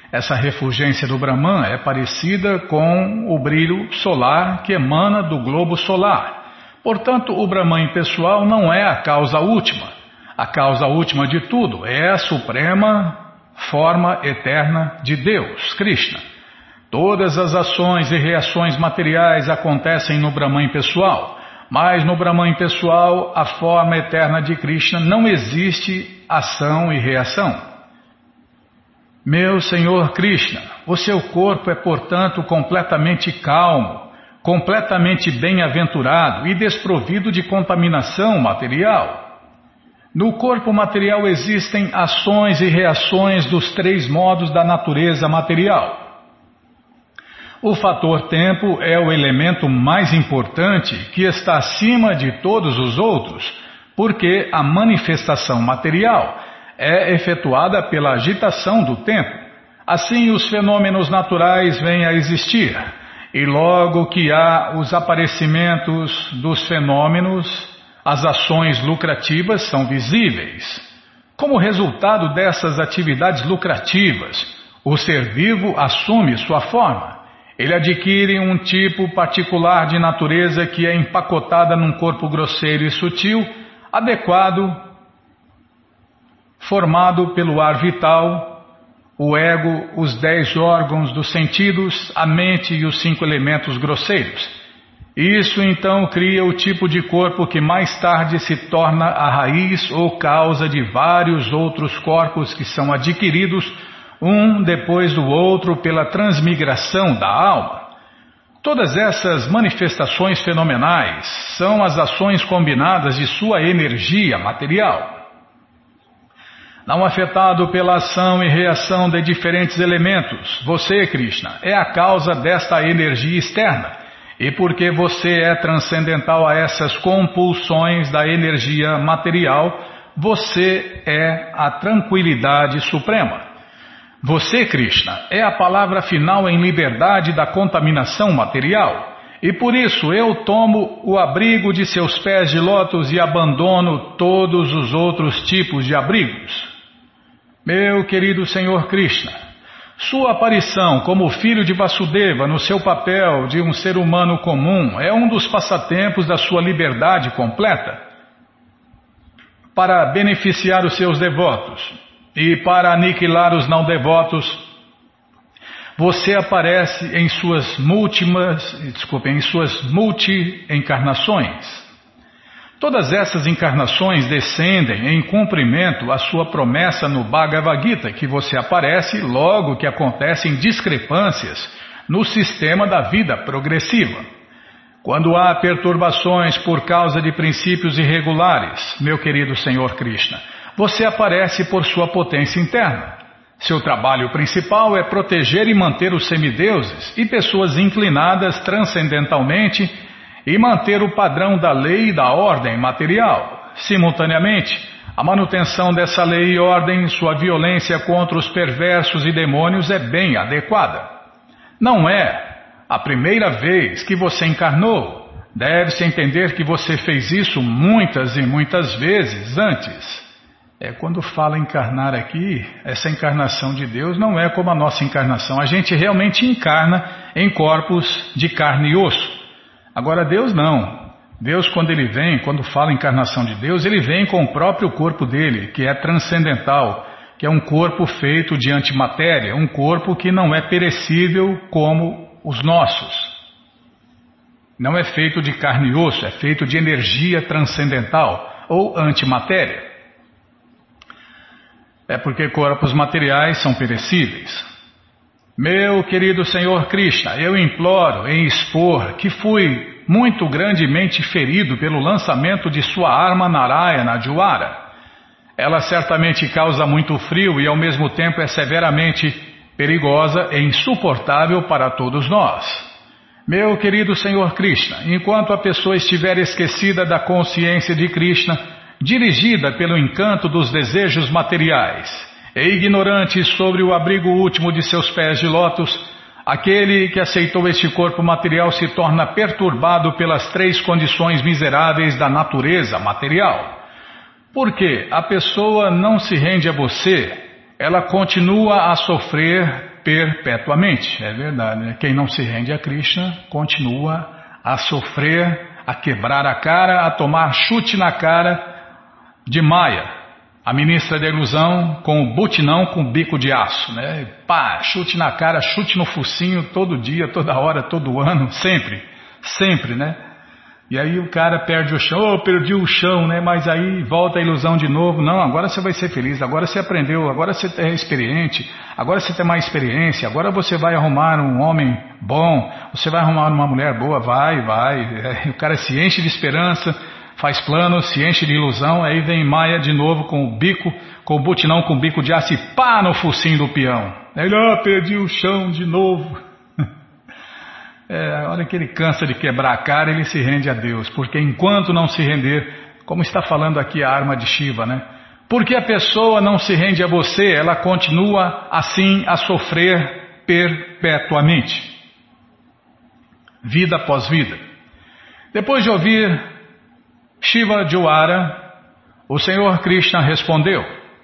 Essa refulgência do Brahman é parecida com o brilho solar que emana do globo solar. Portanto, o Brahman impessoal não é a causa última. A causa última de tudo é a suprema forma eterna de Deus, Krishna. Todas as ações e reações materiais acontecem no Brahman impessoal, mas no Brahman impessoal, a forma eterna de Krishna, não existe ação e reação. Meu Senhor Krishna, o seu corpo é, portanto, completamente calmo, completamente bem-aventurado e desprovido de contaminação material. No corpo material existem ações e reações dos 3 modos da natureza material. O fator tempo é o elemento mais importante que está acima de todos os outros, porque a manifestação material é efetuada pela agitação do tempo. Assim, os fenômenos naturais vêm a existir, e logo que há os aparecimentos dos fenômenos, as ações lucrativas são visíveis. Como resultado dessas atividades lucrativas, o ser vivo assume sua forma. Ele adquire um tipo particular de natureza que é empacotada num corpo grosseiro e sutil, adequado, formado pelo ar vital, o ego, os 10 órgãos dos sentidos, a mente e os 5 elementos grosseiros. Isso então cria o tipo de corpo que mais tarde se torna a raiz ou causa de vários outros corpos que são adquiridos um depois do outro pela transmigração da alma. Todas essas manifestações fenomenais são as ações combinadas de sua energia material. Não afetado pela ação e reação de diferentes elementos, você, Krishna, é a causa desta energia externa, e porque você é transcendental a essas compulsões da energia material, você é a tranquilidade suprema. Você, Krishna, é a palavra final em liberdade da contaminação material, e por isso eu tomo o abrigo de seus pés de lótus e abandono todos os outros tipos de abrigos. Meu querido Senhor Krishna, sua aparição como filho de Vasudeva no seu papel de um ser humano comum é um dos passatempos da sua liberdade completa. Para beneficiar os seus devotos e para aniquilar os não devotos, você aparece em suas multi-encarnações. Todas essas encarnações descendem em cumprimento à sua promessa no Bhagavad Gita, que você aparece logo que acontecem discrepâncias no sistema da vida progressiva. Quando há perturbações por causa de princípios irregulares, meu querido Senhor Krishna, você aparece por sua potência interna. Seu trabalho principal é proteger e manter os semideuses e pessoas inclinadas transcendentalmente e manter o padrão da lei e da ordem material. Simultaneamente, a manutenção dessa lei e ordem, sua violência contra os perversos e demônios é bem adequada. Não é a primeira vez que você encarnou. Deve-se entender que você fez isso muitas e muitas vezes antes. Quando fala encarnar aqui, essa encarnação de Deus não é como a nossa encarnação. A gente realmente encarna em corpos de carne e osso. Agora Deus não. Deus, quando Ele vem, quando fala encarnação de Deus, Ele vem com o próprio corpo dele, que é transcendental, que é um corpo feito de antimatéria, um corpo que não é perecível como os nossos. Não é feito de carne e osso, é feito de energia transcendental ou antimatéria. É porque corpos materiais são perecíveis. Meu querido Senhor Krishna, eu imploro em expor que fui muito grandemente ferido pelo lançamento de sua arma Narayana Jwara. Ela certamente causa muito frio e ao mesmo tempo é severamente perigosa e insuportável para todos nós. Meu querido Senhor Krishna, enquanto a pessoa estiver esquecida da consciência de Krishna, dirigida pelo encanto dos desejos materiais, e ignorante sobre o abrigo último de seus pés de lótus, aquele que aceitou este corpo material se torna perturbado pelas 3 condições miseráveis da natureza material. Porque a pessoa não se rende a você, ela continua a sofrer perpetuamente. É verdade, né? Quem não se rende a Krishna continua a sofrer, a quebrar a cara, a tomar chute na cara de Maya, a ministra da ilusão, com o butinão com bico de aço, né? Pá, chute na cara, chute no focinho, todo dia, toda hora, todo ano, sempre, sempre, né? E aí o cara perde o chão, perdi o chão, né? Mas aí volta a ilusão de novo. Não, agora você vai ser feliz, agora você aprendeu, agora você é experiente, agora você tem mais experiência, agora você vai arrumar um homem bom, você vai arrumar uma mulher boa, vai. O cara se enche de esperança, faz planos, se enche de ilusão, aí vem Maya de novo com o bico, com o butinão com o bico de aço e pá no focinho do peão. Aí, perdi o chão de novo. A hora que ele cansa de quebrar a cara, ele se rende a Deus, porque enquanto não se render, como está falando aqui a arma de Shiva, né? Porque a pessoa não se rende a você, ela continua assim a sofrer perpetuamente, vida após vida. Depois de ouvir Shiva Jwara, o Senhor Krishna respondeu: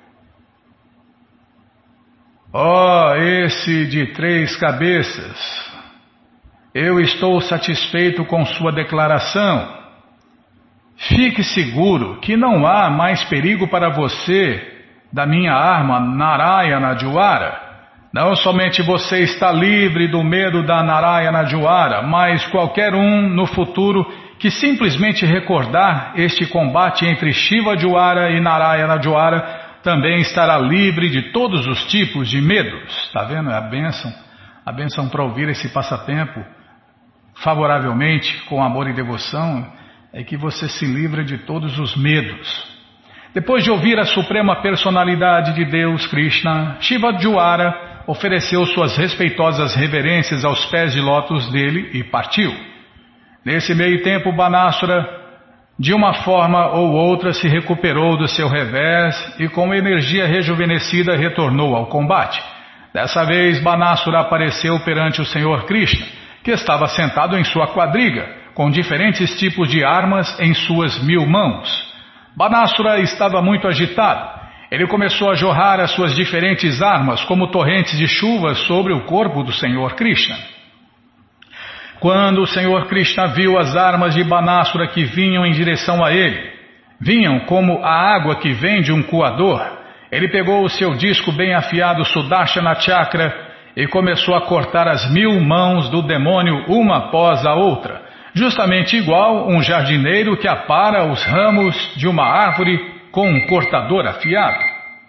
esse de 3 cabeças, eu estou satisfeito com sua declaração. Fique seguro que não há mais perigo para você da minha arma Narayana Jwara. Não somente você está livre do medo da Narayana Jwara, mas qualquer um no futuro que simplesmente recordar este combate entre Shiva Jwara e Narayana Jwara também estará livre de todos os tipos de medos. Está vendo? É a bênção para ouvir esse passatempo favoravelmente, com amor e devoção, é que você se livra de todos os medos. Depois de ouvir a suprema personalidade de Deus, Krishna, Shiva Jwara ofereceu suas respeitosas reverências aos pés de lótus dele e partiu. Nesse meio tempo, Banasura, de uma forma ou outra, se recuperou do seu revés e com energia rejuvenescida retornou ao combate. Dessa vez, Banasura apareceu perante o Senhor Krishna, que estava sentado em sua quadriga, com diferentes tipos de armas em suas 1000 mãos. Banasura estava muito agitado. Ele começou a jorrar as suas diferentes armas como torrentes de chuva sobre o corpo do Senhor Krishna. Quando o Senhor Krishna viu as armas de Banasura que vinham em direção a ele, vinham como a água que vem de um coador, ele pegou o seu disco bem afiado Sudarshana Chakra e começou a cortar as 1000 mãos do demônio uma após a outra, justamente igual um jardineiro que apara os ramos de uma árvore com um cortador afiado.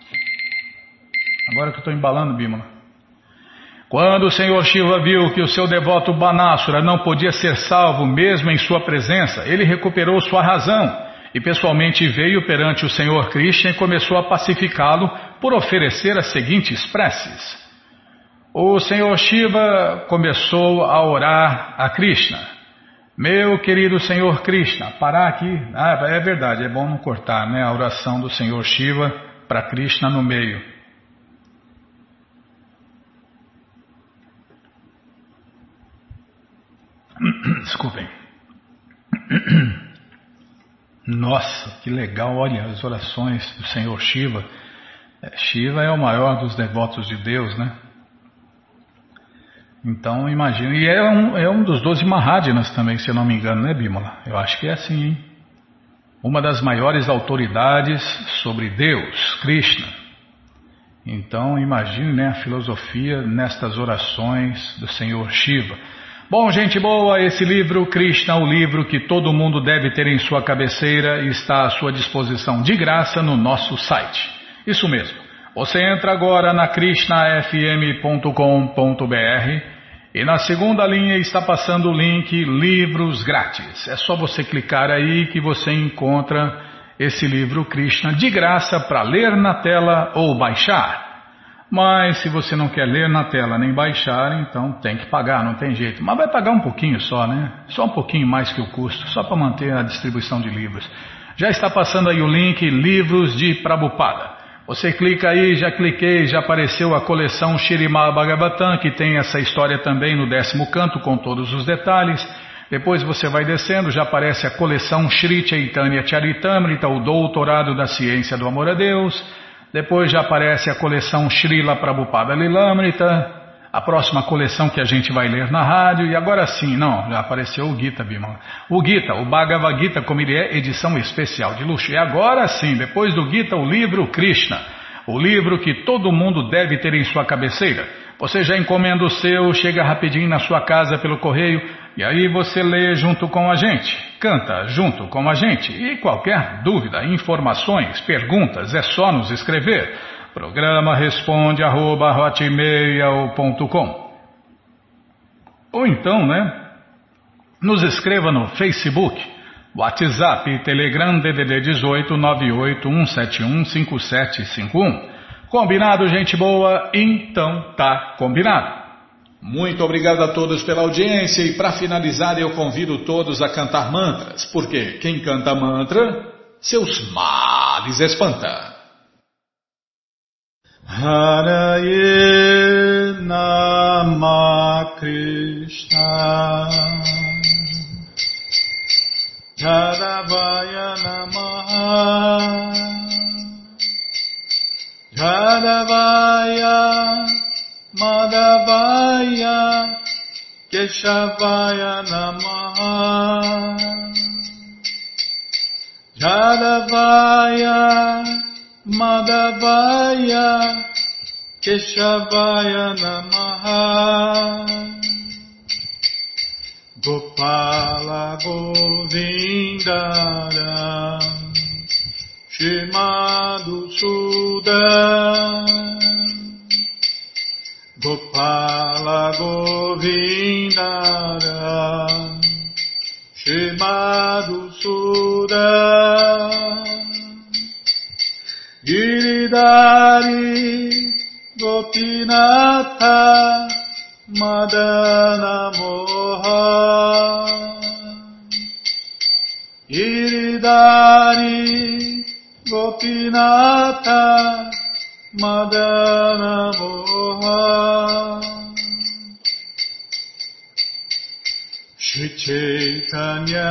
Agora que eu estou embalando, Bimala. Quando o Senhor Shiva viu que o seu devoto Banasura não podia ser salvo mesmo em sua presença, ele recuperou sua razão e pessoalmente veio perante o Senhor Krishna e começou a pacificá-lo por oferecer as seguintes preces. O Senhor Shiva começou a orar a Krishna. Meu querido Senhor Krishna, parar aqui, é verdade, é bom não cortar, né, a oração do Senhor Shiva para Krishna no meio. Desculpem. Nossa, que legal, olha as orações do Senhor Shiva. Shiva é o maior dos devotos de Deus, né? Então, imagina. E é um dos 12 Mahājanas também, se eu não me engano, né, Bimala? Eu acho que é assim, hein? Uma das maiores autoridades sobre Deus, Krishna. Então, imagine, né, a filosofia nestas orações do Senhor Shiva. Bom, gente boa, esse livro, Krishna, o livro que todo mundo deve ter em sua cabeceira, está à sua disposição de graça no nosso site. Isso mesmo. Você entra agora na krishnafm.com.br e na segunda linha está passando o link Livros Grátis. É só você clicar aí que você encontra esse livro Krishna de graça para ler na tela ou baixar. Mas se você não quer ler na tela nem baixar, então tem que pagar, não tem jeito. Mas vai pagar um pouquinho só, né? Só um pouquinho mais que o custo, só para manter a distribuição de livros. Já está passando aí o link Livros de Prabhupada. Você clica aí, já cliquei, já apareceu a coleção Śrīmad Bhagavatam, que tem essa história também no 10º canto, com todos os detalhes. Depois você vai descendo, já aparece a coleção Shri Chaitanya Charitamrita, o Doutorado da Ciência do Amor a Deus. Depois já aparece a coleção Srila Prabhupada Lilamrita. a próxima coleção que a gente vai ler na rádio. E agora sim, não, já apareceu o Gita, Bimala. O Gita, o Bhagavad Gita, como ele é, edição especial de luxo. E agora sim, depois do Gita, o livro Krishna, o livro que todo mundo deve ter em sua cabeceira. Você já encomenda o seu, chega rapidinho na sua casa pelo correio, e aí você lê junto com a gente, canta junto com a gente. E qualquer dúvida, informações, perguntas, é só nos escrever. Programa responde@hotmail.com. Ou então, nos escreva no Facebook, WhatsApp e Telegram DDD 18 981715751. Combinado, gente boa? Então tá combinado. Muito obrigado a todos pela audiência e para finalizar eu convido todos a cantar mantras, porque quem canta mantra, seus males espanta. Haraye Nama Krishna Jadavaya Namaha Jadavaya Madhavaya Keshavaya Namaha Jadavaya Madhavaya Keshavaya Namaha Gopala Govindara Shimadhusudan Gopala Govindara Shimadhusudan Giridhari Gopinatha Madana Moha Giridhari Gopinatha Madana Moha Shri Chaitanya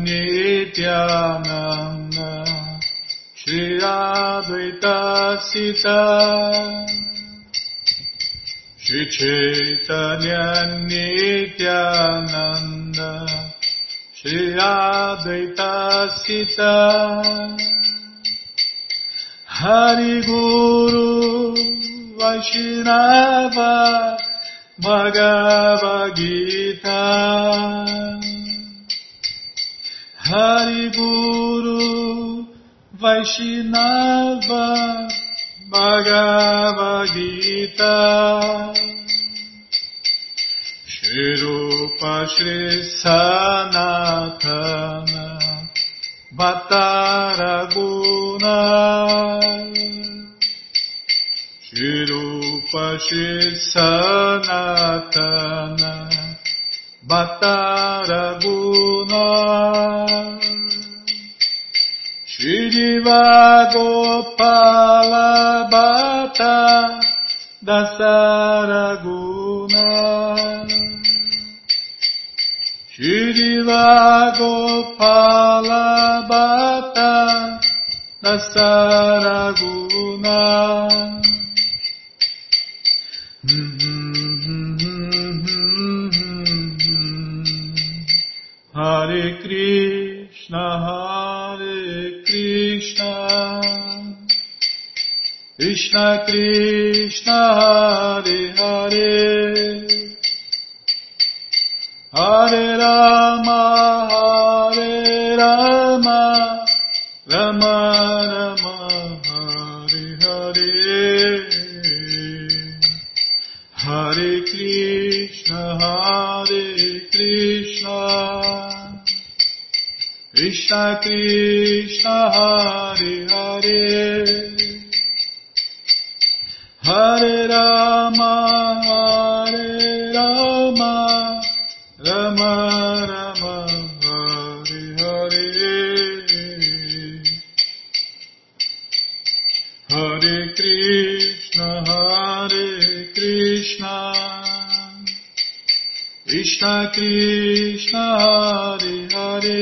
Nityananda Shri Advaita Sita Shri Chaitanya Nityananda Shri Advaita Sita Hari Guru Vaishnava Bhagavad Gita Hari Guru Vaishnava Bhagavad Gita Shri Rupa Shri Sanatana Bhattaraguna Shri Rupa Shri Sanatana Bhattaraguna Shri Diva Gopala Bhatta Dasaraguna Shri Diva Gopala Bhatta Dasaraguna Hare Krishna Hare Krishna Krishna Krishna Hare Hare Hare Rama Hare Rama Rama Rama Hare Hare Hare Krishna Krishna Krishna Hare Hare Hare Rama Hare Rama Rama Rama Hare Hare Hare Krishna Krishna Krishna Hare Hare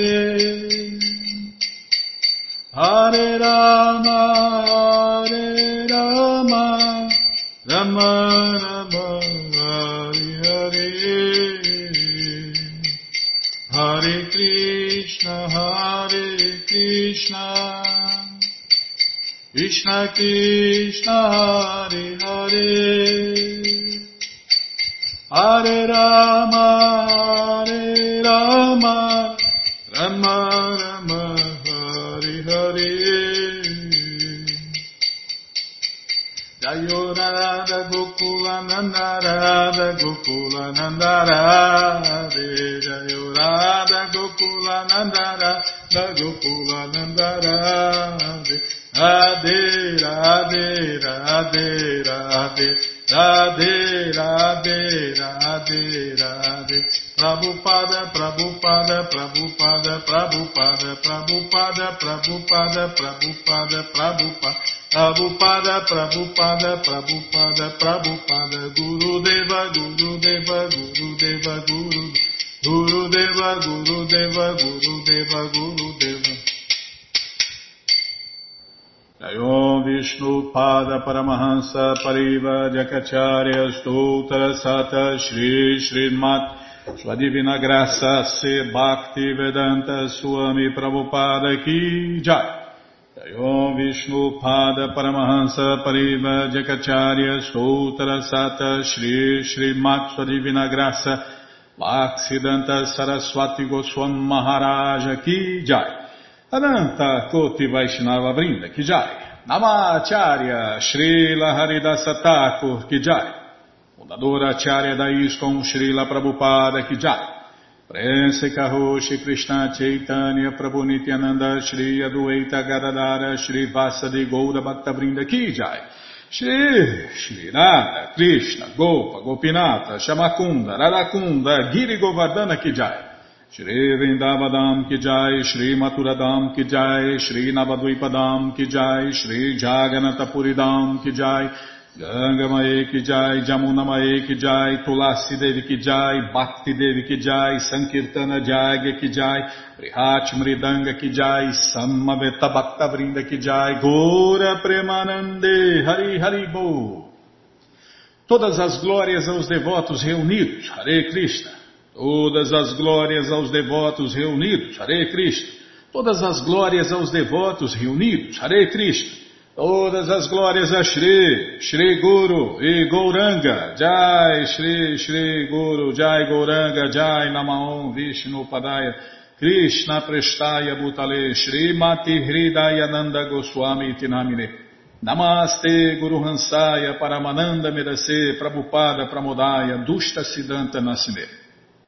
Hare Rama Rama Rama Krishna Krishna Hare Hare Hare Rama Hare Rama Rama Rama Hare Hare Jayo Radha Gokula Nanda Radha Gokula Nanda Radhe Jayo Radha Gokula Nanda Radha Gokula Nanda Radhe Radhe Radhe Radhe Radhe Radhe Radhe Radhe Radhe Prabhupada Prabhupada Prabhupada Prabhupada Prabhupada Prabhupada Prabhupada Prabhupada Prabhupada Prabhupada Prabhupada Prabhupada Gurudeva Gurudeva Gurudeva Gurudeva Gurudeva Gurudeva Gurudeva Jayom Vishnu Pada Paramahansa Pariva Jakacharya Stoutra Sata Shri Srimat Sua Divina Graça Se Bhakti Vedanta Swami Prabhupada Ki Jai Jayom Vishnu Pada Paramahansa Pariva Jakacharya Stoutra Sata Shri Srimat Sua Divina Graça Bhaksidanta Saraswati Goswami Maharaja Ki Jai Ananta Koti Vaishnava Vrinda Ki Jai Namacharya Srila Haridasa Thakur Ki Jai Fundadora Acharya da ISKCON Srila Prabhupada Ki Jai Prense Karoshi Krishna Chaitanya Prabhu Nityananda Shri Adwaita Gadadara Shri Vasadi Goura Bhakta Vrinda Ki Jai Shri Radha Krishna Gopa Gopinata Shamakunda Radakunda Giri Govardhana Ki Jai Shri Vrindavadam Ki Jai Shri Maturadam Ki Jai Shri Navadvipadam Ki Jai Shri Jaganatapuridam Ki Jai Ganga Mae Ki Jai, Jamuna Mae Ki Jai, Tulasi Devi Ki Jai, Bhakti Devi Ki Jai, Sankirtana Jagya Ki Jai, Prihat Mridanga Ki Jai, Samaveta Bhakta Vrinda Ki Jai, Gora Premanande, Hari Hari Bo. Todas as glórias aos devotos reunidos, Hare Krishna. Todas as glórias aos devotos reunidos, Hare Krishna. Todas as glórias aos devotos reunidos, Hare Krishna. Todas as glórias a Shri, Shri Guru e Gauranga, Jai Shri, Shri Guru, Jai Gauranga, Jai Namaon Vishnu Padaya, Krishna Prestaya Bhutale, Shri Mati Hridayananda Goswami Tinamine, Namaste Guru Hansaya Paramananda Medase, Prabhupada Pramodaya, Dushta Siddhanta Nasime.